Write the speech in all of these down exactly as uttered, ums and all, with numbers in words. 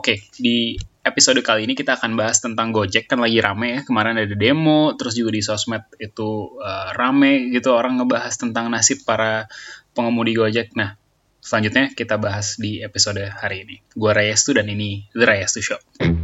Oke, di episode kali ini kita akan bahas tentang Gojek. Kan lagi rame ya, kemarin ada demo, terus juga di sosmed itu uh, rame gitu, orang ngebahas tentang nasib para pengemudi Gojek. Nah, selanjutnya kita bahas di episode hari ini. Gua Rayestu dan ini The Rayestu Show.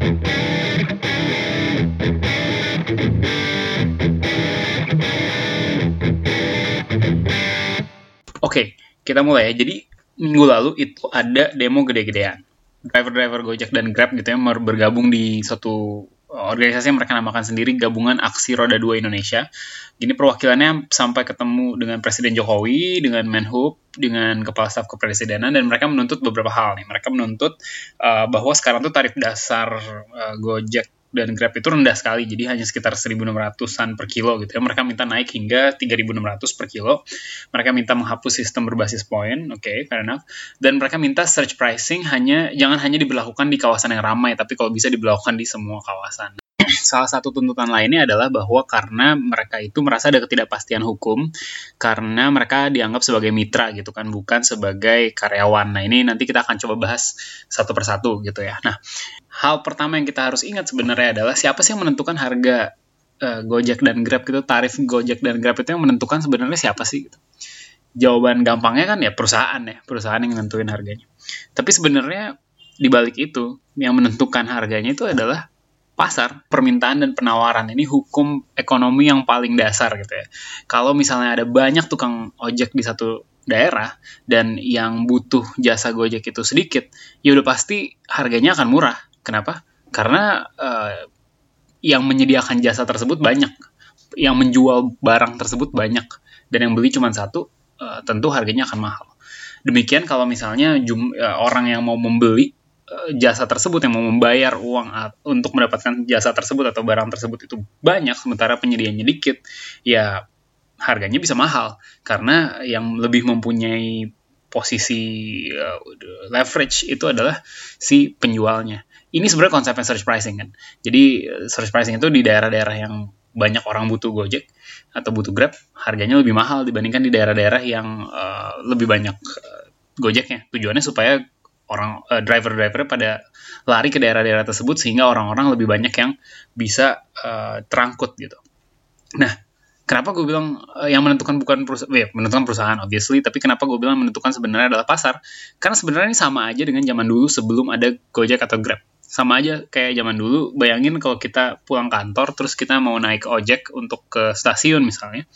Oke, kita mulai ya. Jadi, minggu lalu itu ada demo gede-gedean. Driver-driver Gojek dan Grab gitu ya bergabung di suatu organisasi yang mereka namakan sendiri Gabungan Aksi Roda dua Indonesia. Gini perwakilannya sampai ketemu dengan Presiden Jokowi, dengan Menhub, dengan Kepala Staf Kepresidenan, dan mereka menuntut beberapa hal nih. Mereka menuntut uh, bahwa sekarang tuh tarif dasar uh, Gojek dan Grab itu rendah sekali, jadi hanya sekitar seribu enam ratusan per kilo gitu ya. Mereka minta naik hingga tiga ribu enam ratus per kilo. Mereka minta menghapus sistem berbasis poin, oke, okay, fair enough. Dan mereka minta surge pricing hanya jangan hanya diberlakukan di kawasan yang ramai, tapi kalau bisa diberlakukan di semua kawasan. Salah satu tuntutan lainnya adalah bahwa karena mereka itu merasa ada ketidakpastian hukum, karena mereka dianggap sebagai mitra gitu kan, bukan sebagai karyawan. Nah ini nanti kita akan coba bahas satu persatu gitu ya. Nah, hal pertama yang kita harus ingat sebenarnya adalah siapa sih yang menentukan harga uh, Gojek dan Grab gitu, tarif Gojek dan Grab itu yang menentukan sebenarnya siapa sih gitu. Jawaban gampangnya kan ya perusahaan ya, perusahaan yang nentuin harganya. Tapi sebenarnya di balik itu yang menentukan harganya itu adalah pasar, permintaan dan penawaran. Ini hukum ekonomi yang paling dasar gitu ya. Kalau misalnya ada banyak tukang ojek di satu daerah dan yang butuh jasa Gojek itu sedikit, ya udah pasti harganya akan murah. Kenapa? Karena uh, yang menyediakan jasa tersebut banyak, yang menjual barang tersebut banyak, dan yang beli cuma satu, uh, tentu harganya akan mahal. Demikian kalau misalnya jum- uh, orang yang mau membeli jasa tersebut, yang mau membayar uang untuk mendapatkan jasa tersebut atau barang tersebut itu banyak, sementara penyediaannya dikit, ya harganya bisa mahal, karena yang lebih mempunyai posisi uh, leverage itu adalah si penjualnya. Ini sebenarnya konsepnya surge pricing kan. Jadi surge pricing itu di daerah-daerah yang banyak orang butuh Gojek atau butuh Grab, harganya lebih mahal dibandingkan di daerah-daerah yang uh, lebih banyak uh, Gojeknya. Tujuannya supaya orang uh, driver-driver pada lari ke daerah-daerah tersebut sehingga orang-orang lebih banyak yang bisa uh, terangkut gitu. Nah, kenapa gue bilang uh, yang menentukan bukan perusahaan, ya, menentukan perusahaan obviously, tapi kenapa gue bilang menentukan sebenarnya adalah pasar? Karena sebenarnya ini sama aja dengan zaman dulu sebelum ada Gojek atau Grab. Sama aja kayak zaman dulu, bayangin kalau kita pulang kantor terus kita mau naik ojek untuk ke stasiun misalnya.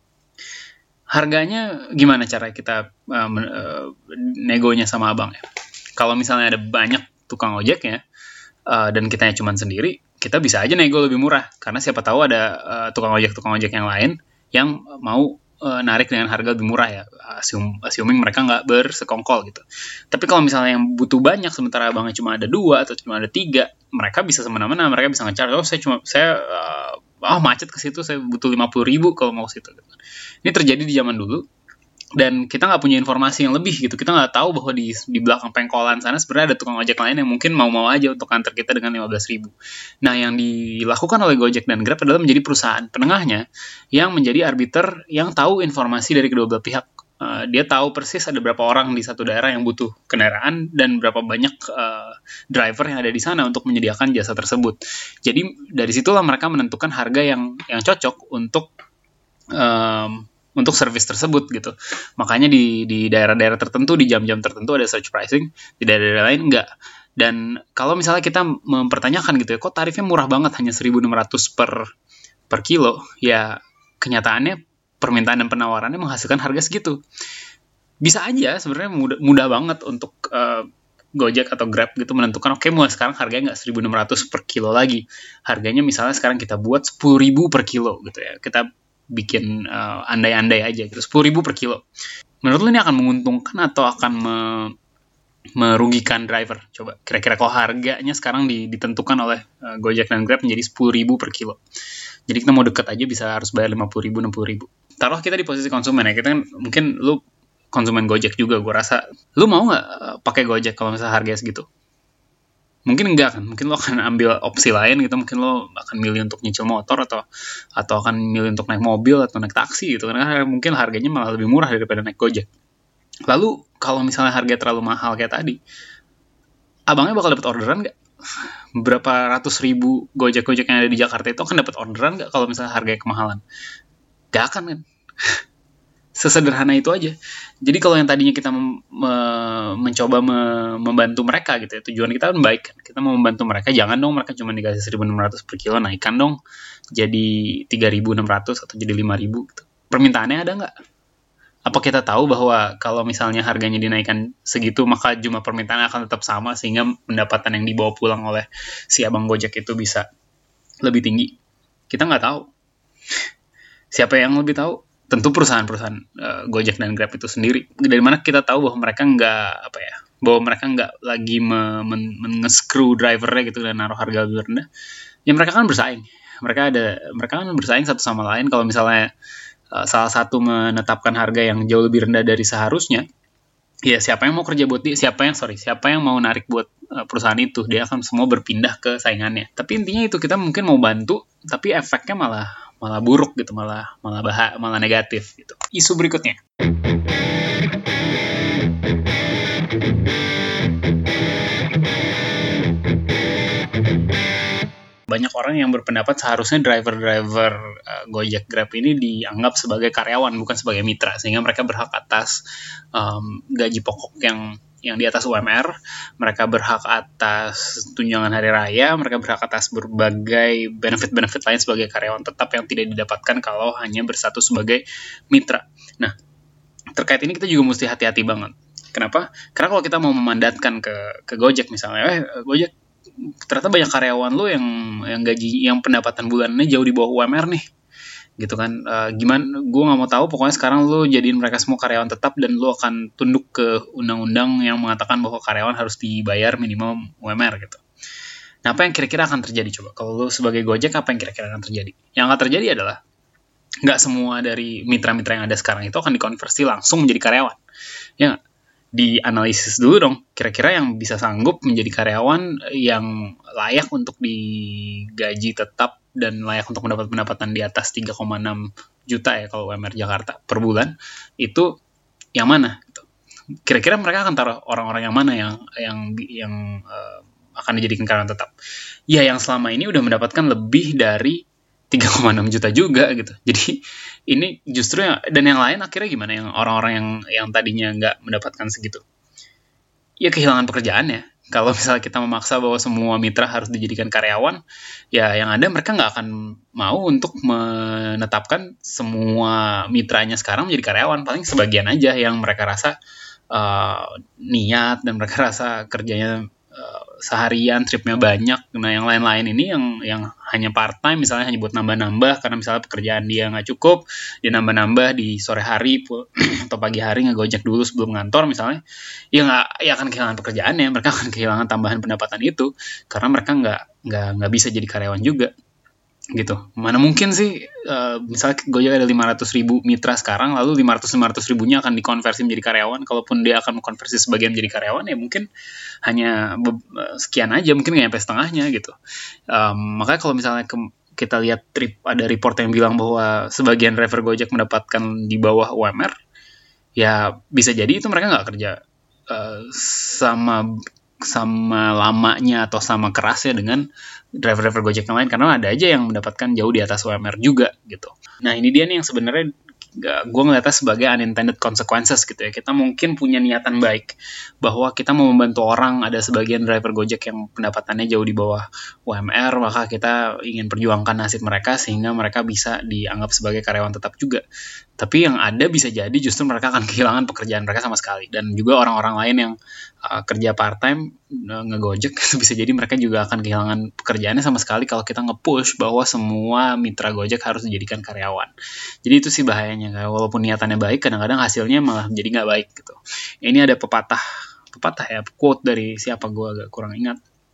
Harganya gimana cara kita uh, uh, negonya sama abang ya? Kalau misalnya ada banyak tukang ojek ya, uh, dan kitanya cuma sendiri, kita bisa aja nego lebih murah. Karena siapa tahu ada uh, tukang ojek-tukang ojek yang lain yang mau uh, narik dengan harga lebih murah ya. Assume, assuming mereka nggak bersekongkol gitu. Tapi kalau misalnya yang butuh banyak, sementara abangnya cuma ada dua atau cuma ada tiga, mereka bisa semena-mena, mereka bisa nge-charge, oh saya cuma, saya, uh, oh macet ke situ, saya butuh lima puluh ribu kalau mau ke situ. Ini terjadi di zaman dulu. Dan kita nggak punya informasi yang lebih gitu, kita nggak tahu bahwa di di belakang pengkolan sana sebenarnya ada tukang ojek lain yang mungkin mau-mau aja untuk antar kita dengan lima belas ribu. Nah, yang dilakukan oleh Gojek dan Grab adalah menjadi perusahaan penengahnya yang menjadi arbiter yang tahu informasi dari kedua belah pihak. Uh, dia tahu persis ada berapa orang di satu daerah yang butuh kendaraan dan berapa banyak uh, driver yang ada di sana untuk menyediakan jasa tersebut. Jadi dari situlah mereka menentukan harga yang yang cocok untuk um, untuk service tersebut gitu. Makanya di di daerah-daerah tertentu, di jam-jam tertentu ada surge pricing, di daerah-daerah lain enggak. Dan kalau misalnya kita mempertanyakan gitu ya, kok tarifnya murah banget hanya seribu enam ratus per per kilo, ya kenyataannya permintaan dan penawarannya menghasilkan harga segitu. Bisa aja sebenarnya mudah, mudah banget untuk uh, Gojek atau Grab gitu menentukan, oke okay, mulai sekarang harganya nggak seribu enam ratus per kilo lagi. Harganya misalnya sekarang kita buat sepuluh ribu per kilo gitu ya. Kita bikin uh, andai-andai aja gitu, sepuluh ribu per kilo. Menurut lu ini akan menguntungkan atau akan me- merugikan driver? Coba kira-kira kalau harganya sekarang ditentukan oleh uh, Gojek dan Grab menjadi sepuluh ribu per kilo. Jadi kita mau deket aja bisa harus bayar lima puluh ribu, enam puluh ribu. Taruh kita di posisi konsumen ya, kita kan mungkin lu konsumen Gojek juga, gue rasa lu mau nggak uh, pakai Gojek kalau misalnya harganya segitu? Mungkin enggak kan, mungkin lo akan ambil opsi lain gitu, mungkin lo akan milih untuk nyicil motor atau atau akan milih untuk naik mobil atau naik taksi gitu, karena mungkin harganya malah lebih murah daripada naik Gojek. Lalu kalau misalnya harga terlalu mahal kayak tadi, abangnya bakal dapat orderan nggak? Berapa ratus ribu Gojek-Gojek yang ada di Jakarta itu kan dapat orderan nggak kalau misalnya harganya kemahalan? Gak akan kan? Sesederhana itu aja. Jadi kalau yang tadinya kita mem- me- mencoba me- membantu mereka gitu ya, tujuan kita kan baik kan. Kita mau membantu mereka, jangan dong mereka cuma dikasih seribu enam ratus per kilo, naikkan dong jadi tiga ribu enam ratus atau jadi lima ribu gitu. Permintaannya ada nggak? Apa kita tahu bahwa kalau misalnya harganya dinaikkan segitu, maka jumlah permintaan akan tetap sama sehingga pendapatan yang dibawa pulang oleh si abang Gojek itu bisa lebih tinggi? Kita nggak tahu. Siapa yang lebih tahu? Tentu perusahaan-perusahaan uh, Gojek dan Grab itu sendiri. Dari mana kita tahu bahwa mereka nggak apa ya, bahwa mereka nggak lagi me- men- men-screw drivernya gitu dan naruh harga lebih rendah? Ya mereka kan bersaing. Mereka ada, mereka kan bersaing satu sama lain. Kalau misalnya uh, salah satu menetapkan harga yang jauh lebih rendah dari seharusnya, ya siapa yang mau kerja buat dia? Siapa yang sorry, siapa yang mau narik buat uh, perusahaan itu? Dia akan semua berpindah ke saingannya. Tapi intinya itu, kita mungkin mau bantu, tapi efeknya malah malah buruk gitu, malah malah bah malah negatif gitu. Isu berikutnya. Banyak orang yang berpendapat seharusnya driver-driver uh, Gojek Grab ini dianggap sebagai karyawan, bukan sebagai mitra, sehingga mereka berhak atas um, gaji pokok yang yang di atas U M R, mereka berhak atas tunjangan hari raya, mereka berhak atas berbagai benefit-benefit lain sebagai karyawan tetap yang tidak didapatkan kalau hanya bersatu sebagai mitra. Nah, terkait ini kita juga mesti hati-hati banget. Kenapa? Karena kalau kita mau memandatkan ke ke Gojek misalnya, eh Gojek ternyata banyak karyawan lu yang yang gaji yang pendapatan bulanannya jauh di bawah U M R nih, gitu kan. Uh, gimana, gue nggak mau tahu, pokoknya sekarang lu jadiin mereka semua karyawan tetap dan lu akan tunduk ke undang-undang yang mengatakan bahwa karyawan harus dibayar minimum U M R gitu. Nah, apa yang kira-kira akan terjadi coba kalau lu sebagai Gojek? Apa yang kira-kira akan terjadi? Yang akan terjadi adalah nggak semua dari mitra-mitra yang ada sekarang itu akan dikonversi langsung menjadi karyawan, ya nggak? Dianalisis dulu dong, kira-kira yang bisa sanggup menjadi karyawan yang layak untuk digaji tetap dan layak untuk mendapat pendapatan di atas tiga koma enam juta ya kalau U M R Jakarta per bulan, itu yang mana gitu. Kira-kira mereka akan taruh orang-orang yang mana yang yang yang uh, akan dijadikan karyawan tetap? Ya yang selama ini udah mendapatkan lebih dari tiga koma enam juta juga gitu. Jadi ini justru yang, dan yang lain akhirnya gimana, yang orang-orang yang yang tadinya nggak mendapatkan segitu? Ya kehilangan pekerjaannya. Kalau misalnya kita memaksa bahwa semua mitra harus dijadikan karyawan, ya yang ada mereka nggak akan mau untuk menetapkan semua mitranya sekarang menjadi karyawan. Paling sebagian aja yang mereka rasa uh, niat dan mereka rasa kerjanya uh, seharian, tripnya banyak. Nah yang lain-lain ini yang yang hanya part time, misalnya hanya buat nambah-nambah karena misalnya pekerjaan dia nggak cukup, dia nambah-nambah di sore hari atau pagi hari ngegojek dulu sebelum ngantor misalnya, ya nggak, ya akan kehilangan pekerjaannya, mereka akan kehilangan tambahan pendapatan itu karena mereka nggak nggak nggak bisa jadi karyawan juga gitu. Mana mungkin sih uh, misalnya Gojek ada lima ratus ribu mitra sekarang, lalu lima ratus lima ratus ribunya akan dikonversi menjadi karyawan. Kalaupun dia akan mengkonversi sebagian menjadi karyawan, ya mungkin hanya be- sekian aja, mungkin nggak sampai setengahnya gitu. Um, makanya kalau misalnya ke- kita lihat trip, ada report yang bilang bahwa sebagian driver Gojek mendapatkan di bawah U M R, ya bisa jadi itu mereka nggak kerja uh, sama sama lamanya atau sama kerasnya dengan driver-driver Gojek yang lain, karena ada aja yang mendapatkan jauh di atas U M R juga gitu. Nah ini dia nih yang sebenarnya gue ngeliatnya sebagai unintended consequences gitu ya. Kita mungkin punya niatan baik bahwa kita mau membantu orang, ada sebagian driver Gojek yang pendapatannya jauh di bawah U M R, maka kita ingin perjuangkan nasib mereka sehingga mereka bisa dianggap sebagai karyawan tetap juga. Tapi yang ada bisa jadi justru mereka akan kehilangan pekerjaan mereka sama sekali. Dan juga orang-orang lain yang uh, kerja part-time uh, ngegojek, bisa jadi mereka juga akan kehilangan pekerjaannya sama sekali kalau kita nge-push bahwa semua mitra Gojek harus dijadikan karyawan. Jadi itu sih bahayanya, kayak walaupun niatannya baik, kadang-kadang hasilnya malah jadi nggak baik gitu. Ini ada pepatah, pepatah ya, quote dari siapa, gue agak kurang ingat,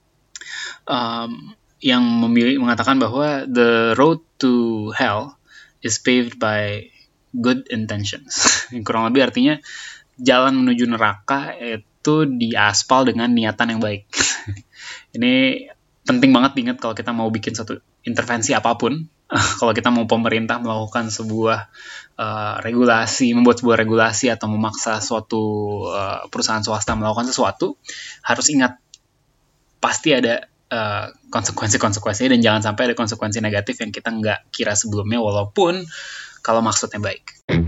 um, yang memilih, mengatakan bahwa the road to hell is paved by good intentions. Kurang lebih artinya jalan menuju neraka itu diaspal dengan niatan yang baik. Ini penting banget diingat kalau kita mau bikin satu intervensi apapun. Kalau kita mau pemerintah melakukan sebuah uh, regulasi, membuat sebuah regulasi atau memaksa suatu uh, perusahaan swasta melakukan sesuatu, harus ingat pasti ada uh, konsekuensi-konsekuensinya, dan jangan sampai ada konsekuensi negatif yang kita nggak kira sebelumnya, walaupun kalau maksudnya baik.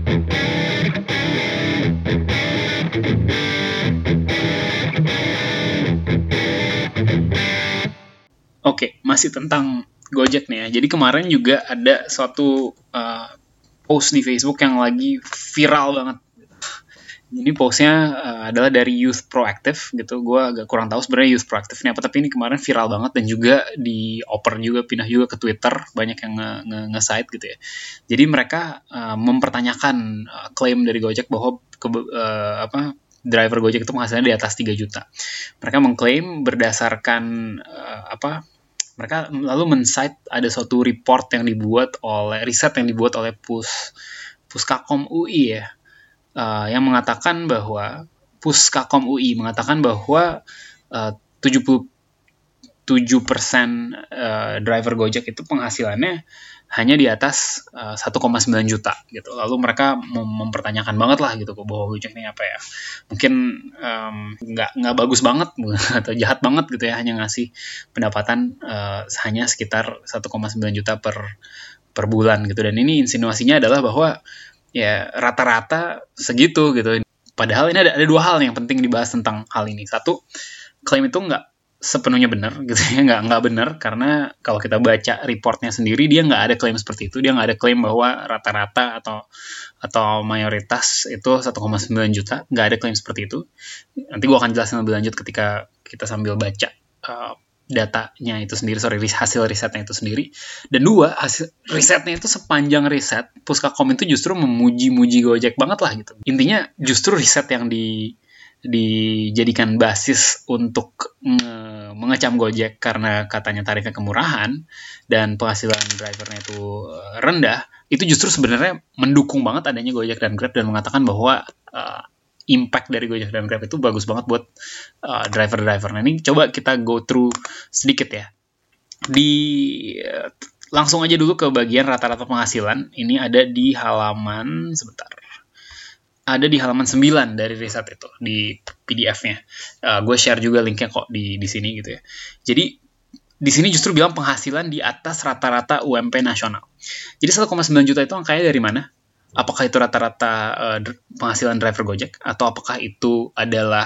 Oke, masih tentang Gojek nih ya. Jadi kemarin juga ada suatu uh, post di Facebook yang lagi viral banget. Ini postnya uh, adalah dari Youth Proactive gitu. Gue agak kurang tahu sebenarnya Youth Proactive ini apa, tapi ini kemarin viral banget dan juga dioper juga, pindah juga ke Twitter, banyak yang nge-cite gitu ya. Jadi mereka uh, mempertanyakan uh, klaim dari Gojek bahwa ke, uh, apa driver Gojek itu penghasilannya di atas tiga juta. Mereka mengklaim berdasarkan uh, apa? Mereka lalu men-cite ada suatu report yang dibuat oleh riset yang dibuat oleh Pus Puskakom U I ya. Uh, yang mengatakan bahwa Puskakom U I mengatakan bahwa uh, tujuh puluh tujuh persen uh, driver Gojek itu penghasilannya hanya di atas uh, satu koma sembilan juta gitu. Lalu mereka mem- mempertanyakan banget lah gitu bahwa Gojek ini apa ya? Mungkin um, nggak nggak bagus banget atau jahat banget gitu ya, hanya ngasih pendapatan uh, hanya sekitar satu koma sembilan juta per per bulan gitu. Dan ini insinuasinya adalah bahwa ya rata-rata segitu gitu. Padahal ini ada, ada dua hal yang penting dibahas tentang hal ini. Satu, klaim itu nggak sepenuhnya benar gitu ya, nggak nggak benar, karena kalau kita baca reportnya sendiri dia nggak ada klaim seperti itu. Dia nggak ada klaim bahwa rata-rata atau atau mayoritas itu satu koma sembilan juta, nggak ada klaim seperti itu. Nanti gue akan jelasin lebih lanjut ketika kita sambil baca uh, datanya itu sendiri, sorry, hasil risetnya itu sendiri. Dan dua, hasil risetnya itu sepanjang riset, Puskakom itu justru memuji-muji Gojek banget lah gitu. Intinya justru riset yang di dijadikan basis untuk nge- mengecam Gojek karena katanya tarifnya kemurahan dan penghasilan drivernya itu rendah, itu justru sebenarnya mendukung banget adanya Gojek dan Grab dan mengatakan bahwa uh, impact dari Gojek dan Grab itu bagus banget buat uh, driver-driver. Nah ini coba kita go through sedikit ya. Di uh, langsung aja dulu ke bagian rata-rata penghasilan. Ini ada di halaman sebentar. Ada di halaman sembilan dari riset itu di P D F-nya. Uh, gue share juga linknya kok di di sini gitu ya. Jadi di sini justru bilang penghasilan di atas rata-rata U M P nasional. Jadi satu koma sembilan juta itu angkanya dari mana? Apakah itu rata-rata uh, penghasilan driver Gojek, atau apakah itu adalah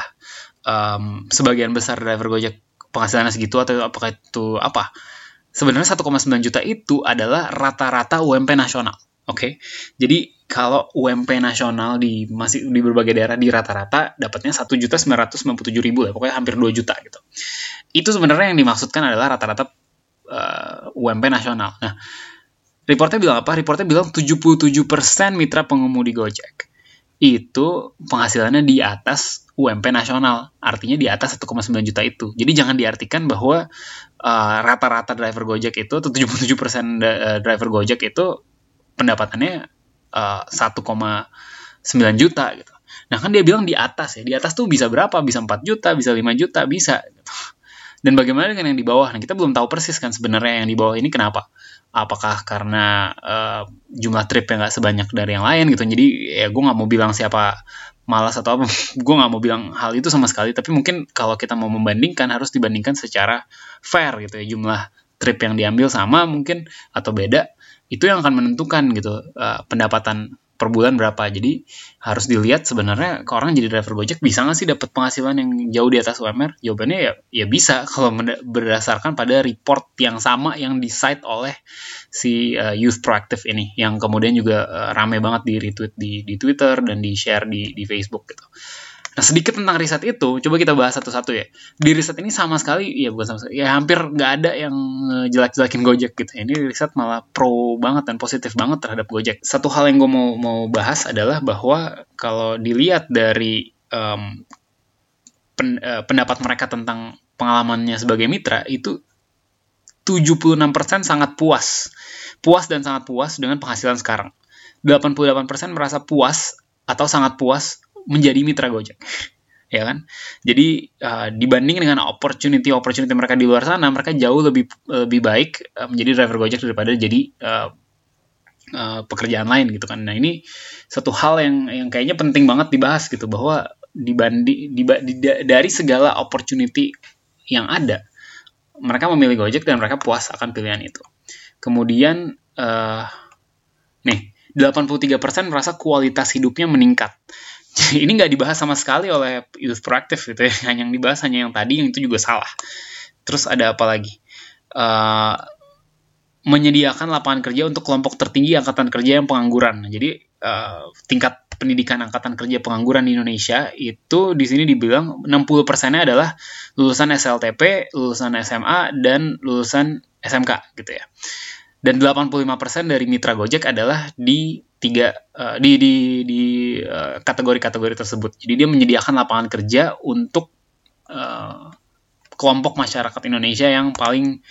um, sebagian besar driver Gojek penghasilannya segitu, atau apakah itu apa? Sebenarnya satu koma sembilan juta itu adalah rata-rata U M P nasional. Oke. Okay? Jadi kalau U M P nasional di masih di berbagai daerah di rata-rata dapatnya satu juta sembilan ratus sembilan puluh tujuh ribu ya, pokoknya hampir dua juta gitu. Itu sebenarnya yang dimaksudkan adalah rata-rata uh, U M P nasional. Nah, reportnya bilang apa? Reportnya bilang tujuh puluh tujuh persen mitra pengemudi Gojek itu penghasilannya di atas U M P nasional. Artinya di atas satu koma sembilan juta itu. Jadi jangan diartikan bahwa uh, rata-rata driver Gojek itu, atau tujuh puluh tujuh persen da- driver Gojek itu pendapatannya uh, satu koma sembilan juta gitu. Nah kan dia bilang di atas ya. Di atas tuh bisa berapa? Bisa empat juta, bisa lima juta, bisa gitu. Dan bagaimana dengan yang di bawah? Nah, kita belum tahu persis kan sebenarnya yang di bawah ini kenapa. Apakah karena uh, jumlah trip yang nggak sebanyak dari yang lain gitu. Jadi ya gue nggak mau bilang siapa malas atau apa. Gue nggak mau bilang hal itu sama sekali. Tapi mungkin kalau kita mau membandingkan, harus dibandingkan secara fair gitu ya. Jumlah trip yang diambil sama mungkin atau beda. Itu yang akan menentukan gitu uh, pendapatan per bulan berapa. Jadi harus dilihat sebenarnya ke orang jadi driver Gojek bisa nggak sih dapat penghasilan yang jauh di atas U M R? Jawabannya ya ya bisa kalau berdasarkan pada report yang sama yang di-cite oleh si uh, Youth Proactive ini, yang kemudian juga uh, rame banget di retweet di di Twitter dan di share di di Facebook gitu. Nah, sedikit tentang riset itu, coba kita bahas satu-satu ya. Di riset ini sama sekali, ya bukan sama sekali, ya hampir nggak ada yang jelek-jelekin Gojek gitu. Ini riset malah pro banget dan positif banget terhadap Gojek. Satu hal yang gue mau mau bahas adalah bahwa kalau dilihat dari um, pen, uh, pendapat mereka tentang pengalamannya sebagai mitra, itu tujuh puluh enam persen sangat puas. Puas dan sangat puas dengan penghasilan sekarang. delapan puluh delapan persen merasa puas atau sangat puas menjadi mitra Gojek, ya kan? Jadi uh, dibanding dengan opportunity opportunity mereka di luar sana, mereka jauh lebih lebih baik uh, menjadi driver Gojek daripada jadi uh, uh, pekerjaan lain gitu kan. Nah ini satu hal yang yang kayaknya penting banget dibahas gitu, bahwa dibanding diba, di, dari segala opportunity yang ada, mereka memilih Gojek dan mereka puas akan pilihan itu. Kemudian uh, nih delapan puluh tiga persen merasa kualitas hidupnya meningkat. Jadi ini nggak dibahas sama sekali oleh Youth Proactive gitu ya. Yang dibahas hanya yang tadi, yang itu juga salah. Terus ada apa lagi? Uh, menyediakan lapangan kerja untuk kelompok tertinggi angkatan kerja yang pengangguran. Jadi uh, tingkat pendidikan angkatan kerja pengangguran di Indonesia itu di sini dibilang enam puluh persennya adalah lulusan S L T P, lulusan S M A, dan lulusan S M K gitu ya. Dan delapan puluh lima persen dari mitra Gojek adalah di tiga uh, di di di uh, kategori-kategori tersebut. Jadi dia menyediakan lapangan kerja untuk uh, kelompok masyarakat Indonesia yang paling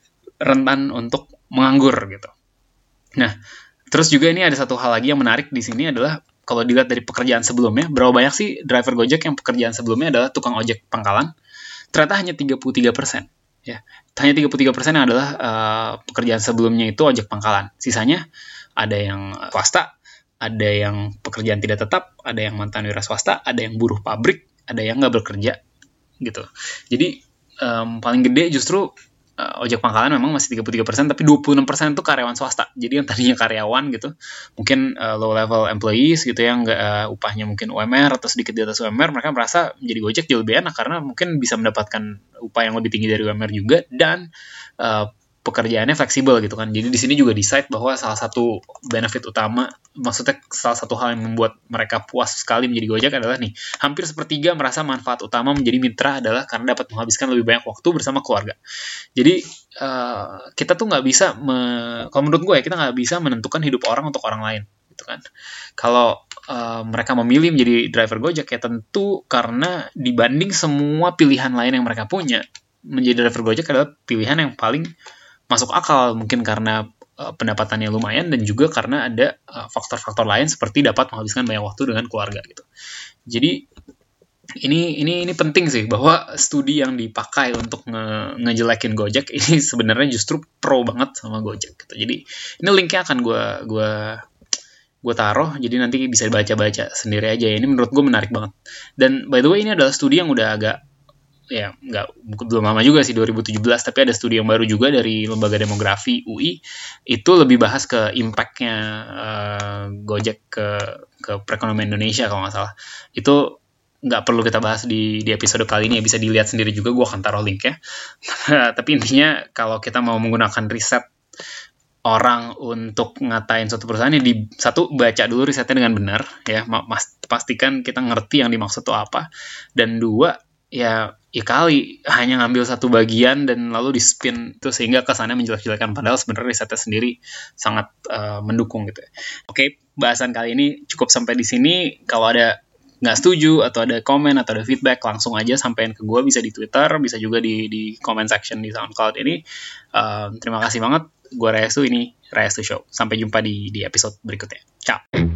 rentan untuk menganggur gitu. Nah, terus juga ini ada satu hal lagi yang menarik di sini adalah kalau dilihat dari pekerjaan sebelumnya, berapa banyak sih driver Gojek yang pekerjaan sebelumnya adalah tukang ojek pangkalan? Ternyata hanya tiga puluh tiga persen. Ya, hanya tiga puluh tiga persen yang adalah uh, pekerjaan sebelumnya itu ojek pangkalan. Sisanya ada yang swasta, ada yang pekerjaan tidak tetap, ada yang mantan wira swasta, ada yang buruh pabrik, ada yang nggak bekerja gitu. Jadi um, paling gede justru uh, ojek pangkalan memang masih tiga puluh tiga persen, tapi dua puluh enam persen itu karyawan swasta. Jadi yang tadinya karyawan gitu, mungkin uh, low level employees gitu yang nggak uh, upahnya mungkin U M R atau sedikit di atas U M R, mereka merasa menjadi Gojek jauh lebih enak karena mungkin bisa mendapatkan upah yang lebih tinggi dari U M R juga, dan uh, pekerjaannya fleksibel gitu kan. Jadi di sini juga decide bahwa salah satu benefit utama, maksudnya salah satu hal yang membuat mereka puas sekali menjadi Gojek adalah nih, hampir sepertiga merasa manfaat utama menjadi mitra adalah karena dapat menghabiskan lebih banyak waktu bersama keluarga. Jadi uh, kita tuh nggak bisa, me- kalau menurut gue ya, kita nggak bisa menentukan hidup orang untuk orang lain gitu kan. Kalau uh, mereka memilih menjadi driver Gojek ya tentu karena dibanding semua pilihan lain yang mereka punya, menjadi driver Gojek adalah pilihan yang paling masuk akal, mungkin karena uh, pendapatannya lumayan dan juga karena ada uh, faktor-faktor lain seperti dapat menghabiskan banyak waktu dengan keluarga gitu. Jadi ini ini ini penting sih bahwa studi yang dipakai untuk nge- ngejelekin Gojek ini sebenarnya justru pro banget sama Gojek gitu. Jadi ini linknya akan gue gue gue taruh, jadi nanti bisa baca-baca sendiri aja ya. Ini menurut gue menarik banget. Dan by the way ini adalah studi yang udah agak, ya nggak belum lama juga sih, dua ribu tujuh belas, tapi ada studi yang baru juga dari Lembaga Demografi U I, itu lebih bahas ke impact-nya uh, Gojek ke ke perekonomian Indonesia kalau nggak salah. Itu nggak perlu kita bahas di di episode kali ini ya, bisa dilihat sendiri juga, gue akan taruh linknya. Tapi intinya kalau kita mau menggunakan riset orang untuk ngatain suatu perusahaan, ya di satu, baca dulu risetnya dengan benar ya, mas, pastikan kita ngerti yang dimaksud itu apa, dan dua, ya ya kali hanya ngambil satu bagian dan lalu di spin itu sehingga kesannya menjelek-jelekan, padahal sebenarnya risetnya sendiri sangat uh, mendukung gitu ya. Oke, bahasan kali ini cukup sampai di sini. Kalau ada nggak setuju atau ada komen atau ada feedback, langsung aja sampein ke gue, bisa di Twitter, bisa juga di di comment section di SoundCloud ini. Uh, terima kasih banget. Gue Restu, ini Restu Show. Sampai jumpa di di episode berikutnya. Ciao.